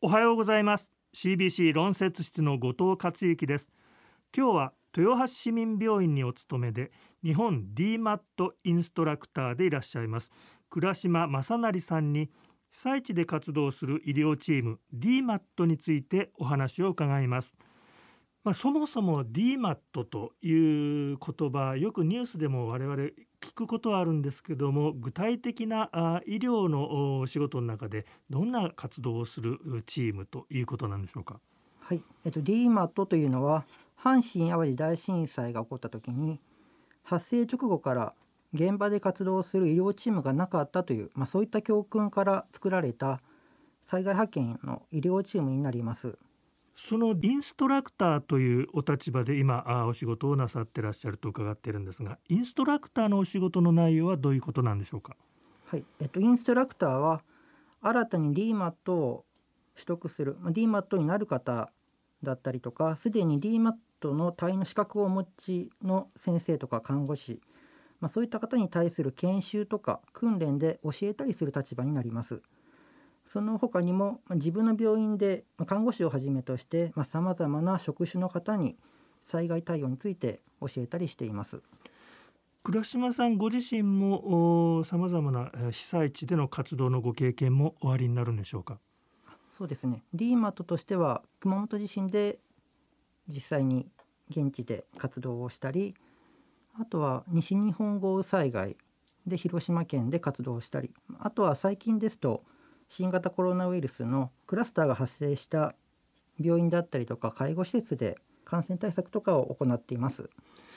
おはようございます。 CBC 論説室の後藤克之です。今日は豊橋市民病院にお勤めで日本 DMAT インストラクターでいらっしゃいます倉島正成さんに被災地で活動する医療チーム DMAT についてお話を伺います。そもそも DMAT という言葉、よくニュースでも我々聞くことはあるんですけども、具体的な医療の仕事の中でどんな活動をするチームということなんでしょうか。 はい、DMAT というのは阪神・淡路大震災が起こった時に発生直後から現場で活動する医療チームがなかったという、そういった教訓から作られた災害派遣の医療チームになります。 そのインストラクターというお立場で今お仕事をなさってらっしゃると伺っているんですが、インストラクターのお仕事の内容はどういうことなんでしょうか。 はい、インストラクターは新たに DMAT を取得する、DMAT になる方だったりとか、すでに DMAT の隊員の資格をお持ちの先生とか看護師、そういった方に対する研修とか訓練で教えたりする立場になります。その他にも自分の病院で看護師をはじめとしてさまざまな職種の方に災害対応について教えたりしています。 倉島さんご自身もさまざまな被災地での活動のご経験もおありになるんでしょうか。 そうですね、 DMAT としては熊本地震で実際に現地で活動をしたり、あとは西日本豪雨災害で広島県で活動をしたり、あとは最近ですと新型コロナウイルスのクラスターが発生した病院だったりとか介護施設で感染対策とかを行っています。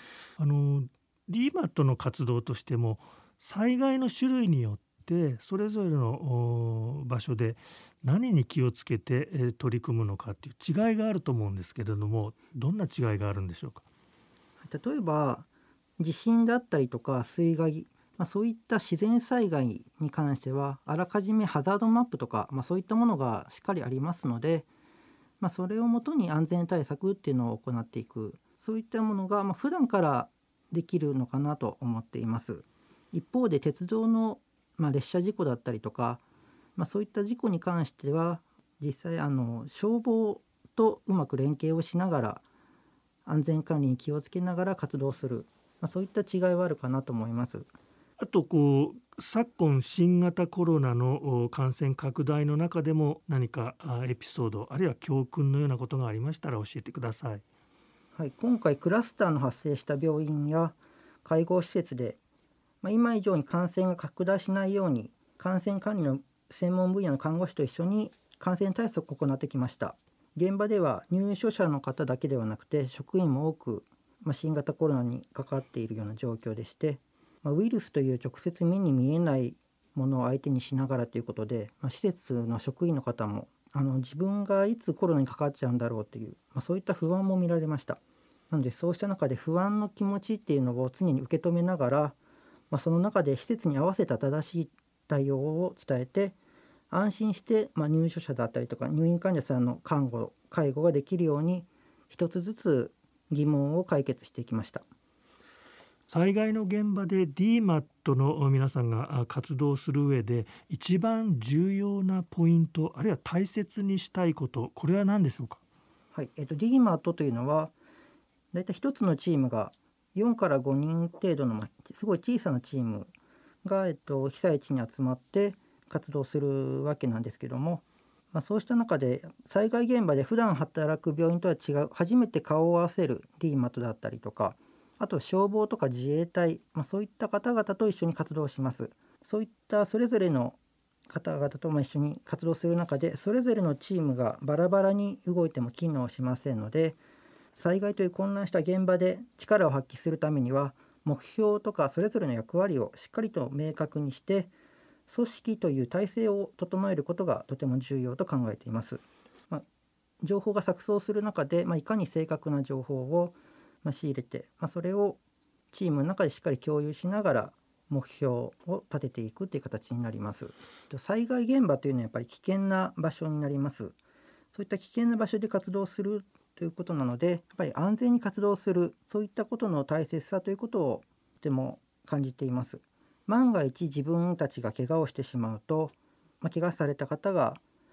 DMAT の活動としても災害の種類によってそれぞれの場所で何に気をつけて取り組むのかっていう違いがあると思うんですけれども、どんな違いがあるんでしょうか。 例えば地震だったりとか水害、そういった自然災害に関してはあらかじめハザードマップとか、そういったものがしっかりありますので、それをもとに安全対策っていうのを行っていく、そういったものが普段からできるのかなと思っています。一方で鉄道の、列車事故だったりとか、そういった事故に関しては実際消防とうまく連携をしながら安全管理に気をつけながら活動する、そういった違いはあるかなと思います。 あと昨今新型コロナの感染拡大の中でも何かエピソードあるいは教訓のようなことがありましたら教えてください。 はい、今回クラスターの発生した病院や介護施設で、今以上に感染が拡大しないように感染管理の専門分野の看護師と一緒に感染対策を行ってきました。現場では入所者の方だけではなくて職員も多く、新型コロナにかかっているような状況でして、ウイルスという直接目に見えないものを相手にしながらということで、施設の職員の方も自分がいつコロナにかかっちゃうんだろうという、そういった不安も見られました。なのでそうした中で不安の気持ちっていうのを常に受け止めながら、その中で施設に合わせた正しい対応を伝えて安心して、入所者だったりとか入院患者さんの介護ができるように一つずつ疑問を解決していきました。 災害の現場で DMAT の皆さんが活動する上で一番重要なポイントあるいは大切にしたいこと、これは何でしょうか。 はい、DMAT というのはだいたい一つのチームが4から5人程度の、すごい小さなチームが、被災地に集まって活動するわけなんですけども、そうした中で災害現場で普段働く病院とは違う初めて顔を合わせる DMAT だったりとか、あと消防とか自衛隊、そういった方々と一緒に活動します。そういったそれぞれの方々とも一緒に活動する中でそれぞれのチームがバラバラに動いても機能しませんので、災害という混乱した現場で力を発揮するためには目標とかそれぞれの役割をしっかりと明確にして組織という体制を整えることがとても重要と考えています。情報が錯綜する中で、いかに正確な情報を仕入れて、それをチームの中でしっかり共有しながら目標を立てていくという形になります。災害現場というのはやっぱり危険な場所になります。そういった危険な場所で活動するということなので、やっぱり安全に活動する、そういったことの大切さということをとても感じています。万が一自分たちが怪我をしてしまうと、怪我された方が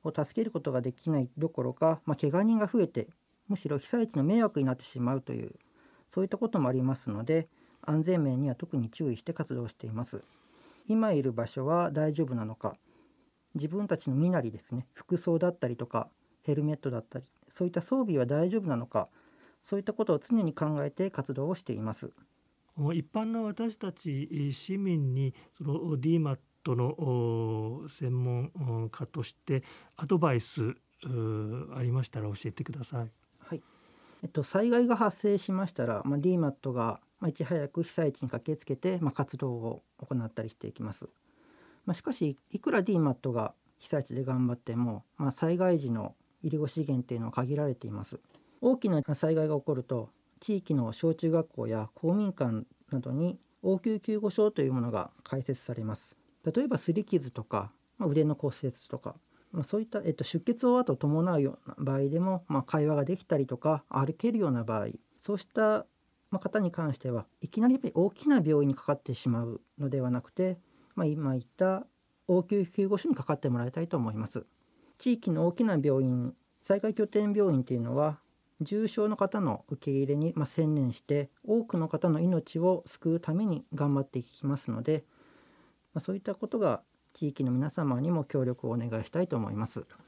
を助けることができないどころか、怪我人が増えてむしろ被災地の迷惑になってしまうという、そういったこともありますので、安全面には特に注意して活動しています。今いる場所は大丈夫なのか、自分たちの身なりですね、服装だったりとかヘルメットだったり、そういった装備は大丈夫なのか、そういったことを常に考えて活動をしています。 一般の私たち市民にその DMAT の専門家としてアドバイスありましたら教えてください。 はい、災害が発生しましたら、DMAT がいち早く被災地に駆けつけて、活動を行ったりしていきます。しかしいくら DMAT が被災地で頑張っても、災害時の医療資源っていうのは限られています。大きな災害が起こると、地域の小中学校や公民館などに応急救護所というものが開設されます。例えば擦り傷とか、腕の骨折とか、そういった、出血を後伴うような場合でも、会話ができたりとか歩けるような場合、そうした方に関してはいきなり大きな病院にかかってしまうのではなくて、今言った応急救護所にかかってもらいたいと思います。地域の大きな病院、災害拠点病院というのは重症の方の受け入れに専念して多くの方の命を救うために頑張っていきますので、そういったことが地域の皆様にも協力をお願いしたいと思います。